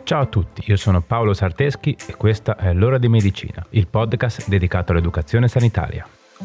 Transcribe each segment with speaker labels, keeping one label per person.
Speaker 1: Ciao a tutti, io sono Paolo Sarteschi e questa è L'Ora di Medicina, il podcast dedicato all'educazione sanitaria.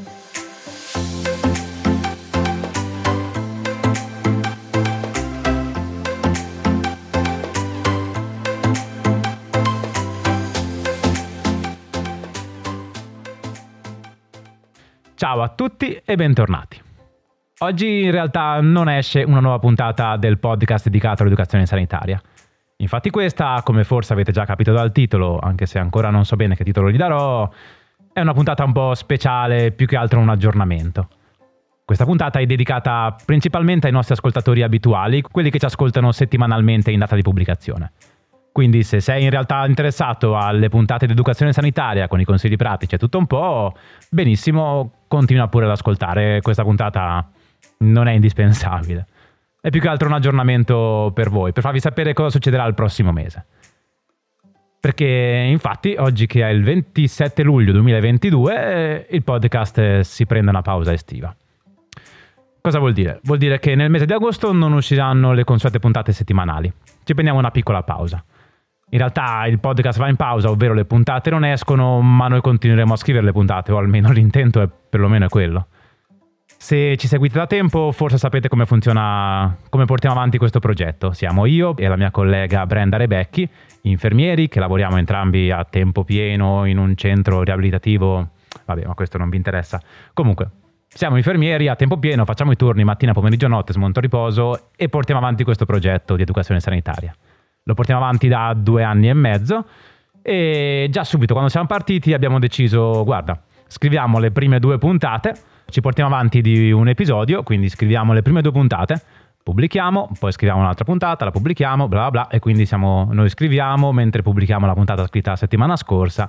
Speaker 1: Ciao a tutti e bentornati. Oggi in realtà non esce una nuova puntata del podcast dedicato all'educazione sanitaria. Infatti questa, come forse avete già capito dal titolo, anche se ancora non so bene che titolo gli darò, è una puntata un po' speciale, più che altro un aggiornamento. Questa puntata è dedicata principalmente ai nostri ascoltatori abituali, quelli che ci ascoltano settimanalmente in data di pubblicazione. Quindi se sei in realtà interessato alle puntate di educazione sanitaria con i consigli pratici e tutto un po', benissimo, continua pure ad ascoltare, questa puntata non è indispensabile. È più che altro un aggiornamento per voi, per farvi sapere cosa succederà il prossimo mese. Perché infatti oggi che è il 27 luglio 2022 il podcast si prende una pausa estiva. Cosa vuol dire? Vuol dire che nel mese di agosto non usciranno le consuete puntate settimanali. Ci prendiamo una piccola pausa. In realtà il podcast va in pausa, ovvero le puntate non escono, ma noi continueremo a scrivere le puntate, o almeno l'intento è perlomeno è quello. Se ci seguite da tempo, forse sapete come funziona, come portiamo avanti questo progetto. Siamo io e la mia collega Brenda Rebecchi, infermieri che lavoriamo entrambi a tempo pieno in un centro riabilitativo. Vabbè, ma questo non vi interessa. Comunque, siamo infermieri a tempo pieno, facciamo i turni mattina, pomeriggio, notte, smonto, riposo e portiamo avanti questo progetto di educazione sanitaria. Lo portiamo avanti da 2 anni e mezzo e già subito quando siamo partiti abbiamo deciso, guarda, scriviamo le prime 2 puntate, ci portiamo avanti di un episodio, quindi scriviamo le prime 2 puntate, pubblichiamo, poi scriviamo un'altra puntata, la pubblichiamo, bla bla bla, e quindi noi scriviamo mentre pubblichiamo la puntata scritta la settimana scorsa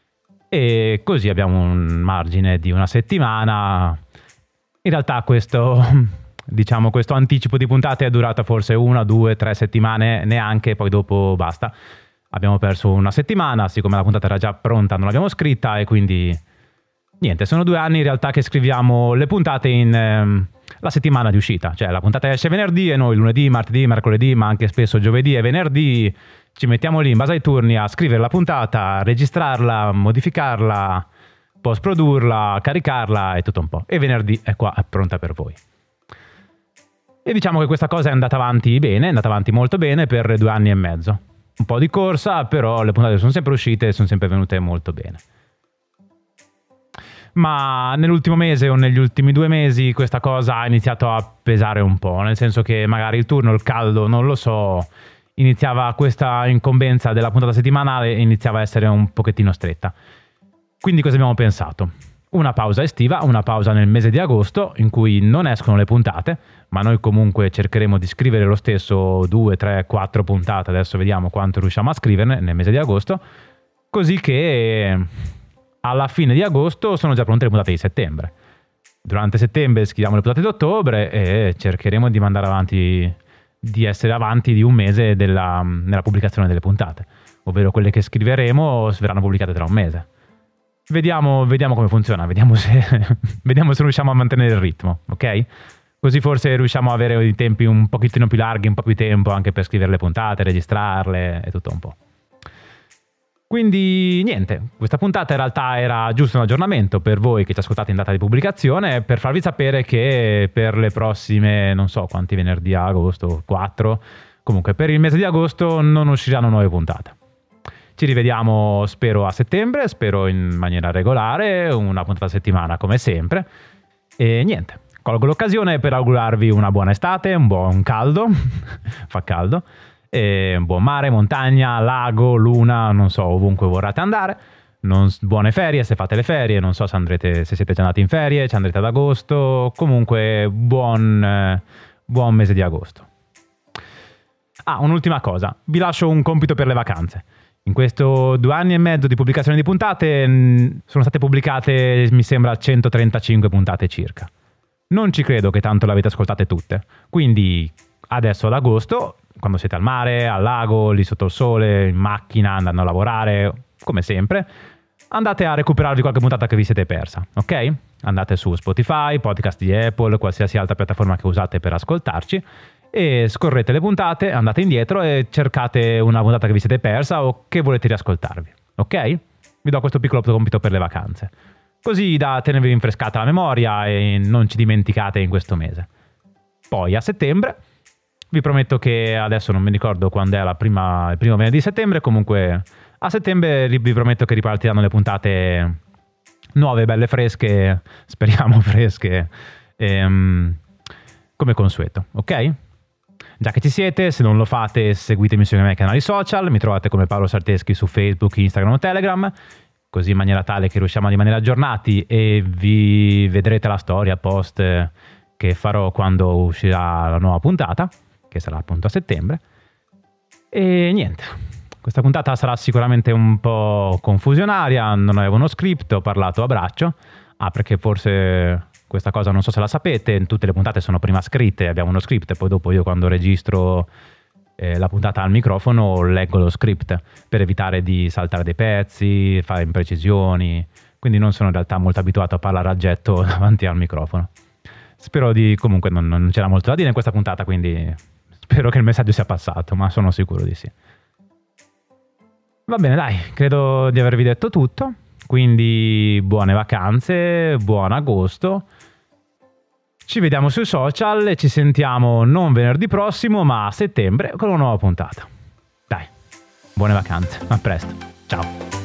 Speaker 1: e così abbiamo un margine di una settimana. In realtà questo anticipo di puntate è durato forse 1, 2, 3 settimane neanche, poi dopo basta. Abbiamo perso una settimana, siccome la puntata era già pronta non l'abbiamo scritta e quindi niente, sono 2 anni in realtà che scriviamo le puntate in la settimana di uscita, cioè la puntata esce venerdì e noi lunedì, martedì, mercoledì, ma anche spesso giovedì e venerdì ci mettiamo lì in base ai turni a scrivere la puntata, registrarla, modificarla, post-produrla, caricarla e tutto un po'. E venerdì è qua, è pronta per voi. E diciamo che questa cosa è andata avanti bene, è andata avanti molto bene per 2 anni e mezzo. Un po' di corsa, però le puntate sono sempre uscite e sono sempre venute molto bene. Ma nell'ultimo mese o negli ultimi 2 mesi questa cosa ha iniziato a pesare un po', nel senso che magari il turno, il caldo, non lo so, iniziava questa incombenza della puntata settimanale e iniziava a essere un pochettino stretta. Quindi cosa abbiamo pensato? Una pausa estiva, una pausa nel mese di agosto in cui non escono le puntate, ma noi comunque cercheremo di scrivere lo stesso 2, 3, 4 puntate, adesso vediamo quanto riusciamo a scriverne nel mese di agosto, così che alla fine di agosto sono già pronte le puntate di settembre. Durante settembre scriviamo le puntate di ottobre e cercheremo di mandare avanti, di essere avanti di un mese nella pubblicazione delle puntate, ovvero quelle che scriveremo verranno pubblicate tra un mese. Vediamo come funziona, vediamo se riusciamo a mantenere il ritmo, ok? Così forse riusciamo a avere i tempi un pochettino più larghi, un po' più tempo anche per scrivere le puntate, registrarle e tutto un po'. Quindi niente, questa puntata in realtà era giusto un aggiornamento per voi che ci ascoltate in data di pubblicazione, per farvi sapere che per le prossime, non so quanti venerdì a agosto, 4, comunque per il mese di agosto non usciranno nuove puntate. Ci rivediamo spero a settembre, spero in maniera regolare, una puntata a settimana come sempre. E niente, colgo l'occasione per augurarvi una buona estate, un buon caldo, fa caldo, e un buon mare, montagna, lago, luna, non so, ovunque vorrate andare. Buone ferie se fate le ferie, non so se siete già andati in ferie, ci andrete ad agosto, comunque buon mese di agosto. Un'ultima cosa, vi lascio un compito per le vacanze. In questo 2 anni e mezzo di pubblicazione di puntate sono state pubblicate, mi sembra, 135 puntate circa. Non ci credo che tanto le avete ascoltate tutte. Quindi adesso ad agosto, quando siete al mare, al lago, lì sotto il sole, in macchina, andando a lavorare, come sempre, andate a recuperarvi qualche puntata che vi siete persa, ok? Andate su Spotify, podcast di Apple, qualsiasi altra piattaforma che usate per ascoltarci, e scorrete le puntate, andate indietro e cercate una puntata che vi siete persa o che volete riascoltarvi, ok? Vi do questo piccolo compito per le vacanze, così da tenervi rinfrescata la memoria e non ci dimenticate in questo mese. Poi a settembre vi prometto che adesso non mi ricordo quando è il primo venerdì di settembre, comunque a settembre vi prometto che ripartiranno le puntate nuove, belle fresche, speriamo fresche, come consueto, ok? Già che ci siete, se non lo fate seguitemi sui miei canali social, mi trovate come Paolo Sarteschi su Facebook, Instagram o Telegram, così in maniera tale che riusciamo a rimanere aggiornati e vi vedrete la storia post che farò quando uscirà la nuova puntata, che sarà appunto a settembre. E niente, questa puntata sarà sicuramente un po' confusionaria, non avevo uno script, ho parlato a braccio. Perché forse questa cosa non so se la sapete, tutte le puntate sono prima scritte, abbiamo uno script, e poi dopo io quando registro la puntata al microfono leggo lo script per evitare di saltare dei pezzi, fare imprecisioni, quindi non sono in realtà molto abituato a parlare a getto davanti al microfono. Spero comunque non c'era molto da dire in questa puntata, quindi spero che il messaggio sia passato, ma sono sicuro di sì. Va bene, dai, credo di avervi detto tutto, quindi buone vacanze, buon agosto. Ci vediamo sui social e ci sentiamo non venerdì prossimo, ma a settembre con una nuova puntata. Dai, buone vacanze, a presto, ciao.